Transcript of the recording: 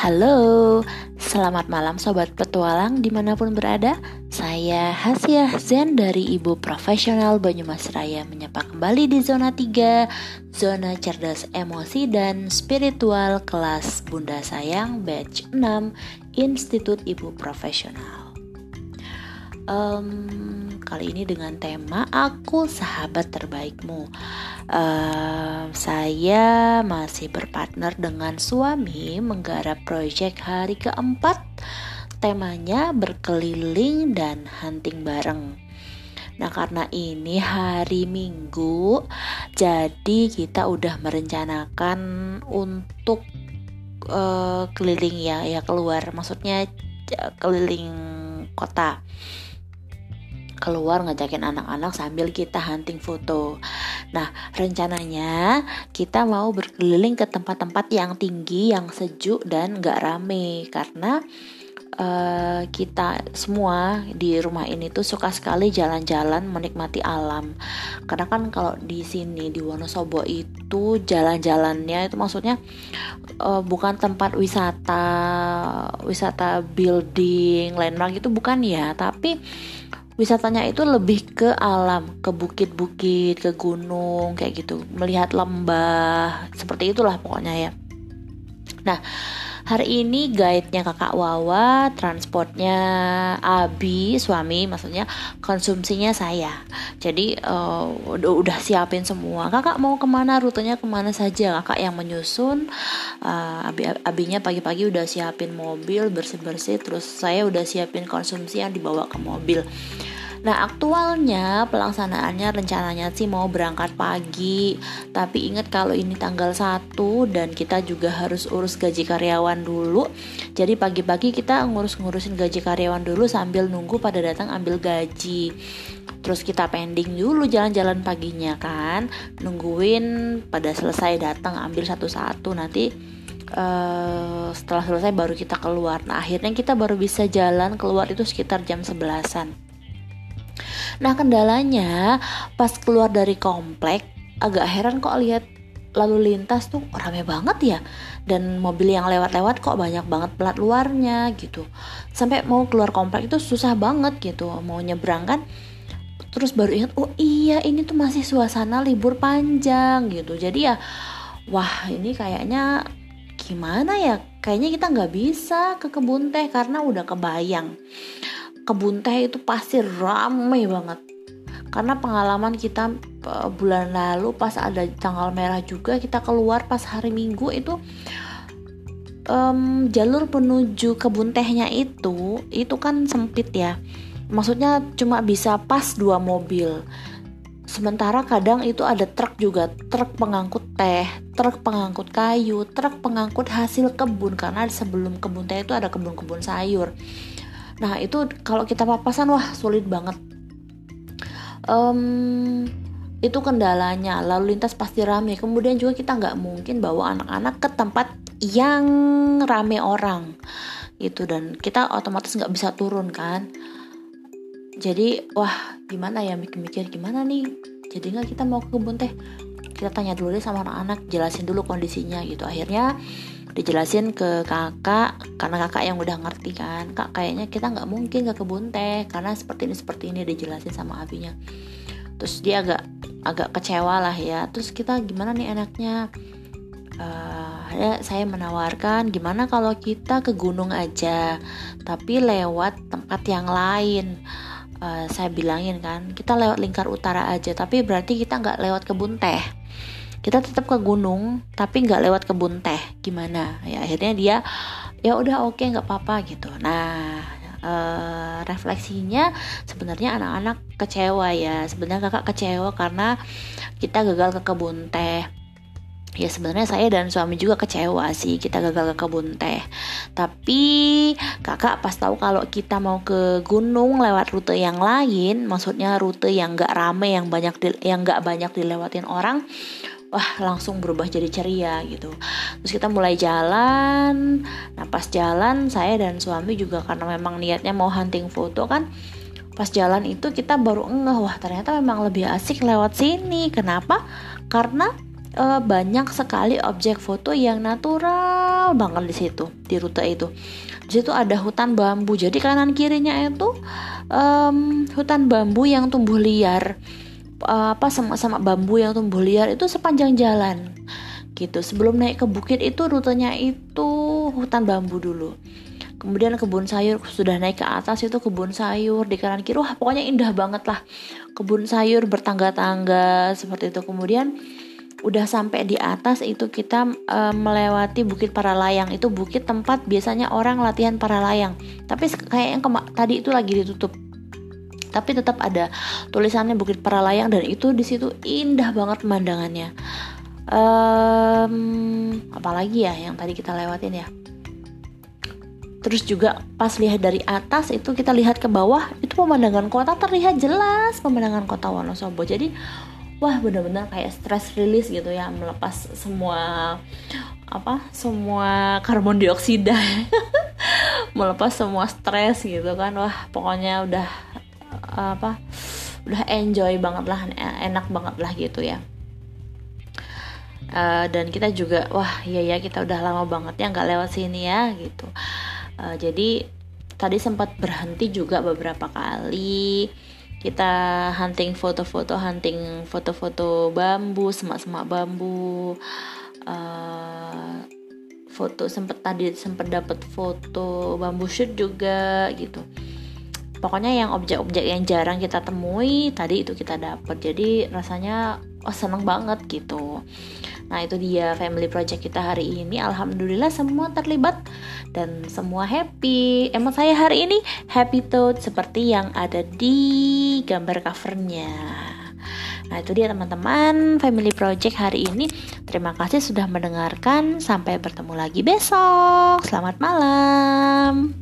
Halo, selamat malam Sobat Petualang dimanapun berada. Saya Hasyah Zen dari Ibu Profesional Banyumas Raya menyapa kembali di Zona 3, Zona Cerdas Emosi dan Spiritual kelas Bunda Sayang Batch 6, Institut Ibu Profesional. Kali ini dengan tema Aku Sahabat Terbaikmu. Saya masih berpartner dengan suami menggarap proyek hari keempat. Temanya berkeliling dan hunting bareng. Nah, karena ini hari Minggu, jadi kita udah merencanakan untuk keliling ya keluar, maksudnya keliling kota, keluar ngajakin anak-anak sambil kita hunting foto. Nah, rencananya kita mau berkeliling ke tempat-tempat yang tinggi, yang sejuk dan gak rame. Karena kita semua di rumah ini tuh suka sekali jalan-jalan menikmati alam. Karena kan kalau di sini di Wonosobo itu jalan-jalannya itu maksudnya bukan tempat wisata building, landmark itu bukan ya, tapi wisatanya itu lebih ke alam, ke bukit-bukit, ke gunung, kayak gitu, melihat lembah, seperti itulah pokoknya ya. Nah, hari ini guide-nya kakak Wawa, transportnya Abi, suami, maksudnya konsumsinya saya. Jadi udah siapin semua. Kakak mau kemana, rutenya kemana saja, kakak yang menyusun. Abinya pagi-pagi udah siapin mobil, bersih-bersih, terus saya udah siapin konsumsi yang dibawa ke mobil. Nah, aktualnya pelaksanaannya rencananya sih mau berangkat pagi, tapi ingat kalau ini tanggal 1 dan kita juga harus urus gaji karyawan dulu. Jadi pagi-pagi kita ngurusin gaji karyawan dulu sambil nunggu pada datang ambil gaji. Terus kita pending dulu jalan-jalan paginya kan, nungguin pada selesai datang ambil satu-satu, nanti setelah selesai baru kita keluar. Nah, akhirnya kita baru bisa jalan keluar itu sekitar jam 11-an. Nah, kendalanya pas keluar dari komplek agak heran kok lihat lalu lintas tuh rame banget ya, dan mobil yang lewat-lewat kok banyak banget plat luarnya gitu. Sampai mau keluar komplek itu susah banget gitu, mau nyebrang kan. Terus baru ingat, oh iya ini tuh masih suasana libur panjang gitu. Jadi ya, wah ini kayaknya gimana ya, kayaknya kita nggak bisa ke kebun teh karena udah kebayang kebun teh itu pasti ramai banget. Karena pengalaman kita bulan lalu pas ada tanggal merah juga, kita keluar pas hari Minggu itu jalur menuju kebun tehnya itu kan sempit ya. Maksudnya cuma bisa pas 2 mobil. Sementara kadang itu ada truk juga, truk pengangkut teh, truk pengangkut kayu, truk pengangkut hasil kebun, karena sebelum kebun teh itu ada kebun-kebun sayur. Nah, itu kalau kita papasan wah sulit banget. Itu kendalanya, lalu lintas pasti rame. Kemudian juga kita nggak mungkin bawa anak-anak ke tempat yang rame orang gitu, dan kita otomatis nggak bisa turun kan. Jadi wah gimana ya, mikir-mikir gimana nih, jadi nggak kita mau ke kebun teh, kita tanya dulu deh sama anak-anak, jelasin dulu kondisinya gitu. Akhirnya dijelasin ke kakak, karena kakak yang udah ngerti kan, kak kayaknya kita nggak mungkin ke kebun teh karena seperti ini dijelasin sama abinya. Terus dia agak kecewa lah ya. Terus kita gimana nih enaknya, ya saya menawarkan gimana kalau kita ke gunung aja tapi lewat tempat yang lain. Saya bilangin kan, kita lewat Lingkar Utara aja, tapi berarti kita nggak lewat kebun teh, kita tetap ke gunung tapi nggak lewat kebun teh, gimana ya. Akhirnya dia ya udah oke, nggak apa-apa gitu. Nah, refleksinya sebenarnya anak-anak kecewa ya, sebenarnya kakak kecewa karena kita gagal ke kebun teh. Ya sebenarnya saya dan suami juga kecewa sih kita gagal ke kebun teh. Tapi kakak pas tahu kalau kita mau ke gunung lewat rute yang lain, maksudnya rute yang gak rame, yang gak banyak dilewatin orang, wah langsung berubah jadi ceria gitu. Terus kita mulai jalan. Nah pas jalan saya dan suami juga karena memang niatnya mau hunting foto kan, pas jalan itu kita baru ngeh, wah ternyata memang lebih asik lewat sini. Kenapa? Karena banyak sekali objek foto yang natural terkenal banget di situ, di rute itu. Di situ ada hutan bambu, jadi kanan kirinya itu hutan bambu yang tumbuh liar, sama bambu yang tumbuh liar itu sepanjang jalan gitu. Sebelum naik ke bukit itu rutenya itu hutan bambu dulu, kemudian kebun sayur. Sudah naik ke atas itu kebun sayur di kanan kiri, wah pokoknya indah banget lah, kebun sayur bertangga-tangga seperti itu. Kemudian udah sampai di atas itu kita melewati Bukit Paralayang. Itu bukit tempat biasanya orang latihan para layang, tapi kayak yang tadi itu lagi ditutup, tapi tetap ada tulisannya Bukit Paralayang, dan itu di situ indah banget pemandangannya. Apalagi ya yang tadi kita lewatin ya. Terus juga pas lihat dari atas itu kita lihat ke bawah, itu pemandangan kota terlihat jelas, pemandangan kota Wonosobo. Jadi wah benar-benar kayak stress release gitu ya, melepas semua karbon dioksida melepas semua stres gitu kan. Wah pokoknya udah enjoy banget lah, enak banget lah gitu ya. Dan kita juga wah iya ya, kita udah lama banget ya nggak lewat sini ya gitu. Jadi tadi sempat berhenti juga beberapa kali, kita hunting foto-foto bambu, semak-semak bambu, foto sempat dapat foto bambu shoot juga gitu. Pokoknya yang objek-objek yang jarang kita temui tadi itu kita dapat, jadi rasanya seneng banget gitu. Nah itu dia family project kita hari ini. Alhamdulillah semua terlibat dan semua happy. Emang saya hari ini happy tuh seperti yang ada di gambar covernya. Nah itu dia teman-teman family project hari ini. Terima kasih sudah mendengarkan. Sampai bertemu lagi besok. Selamat malam.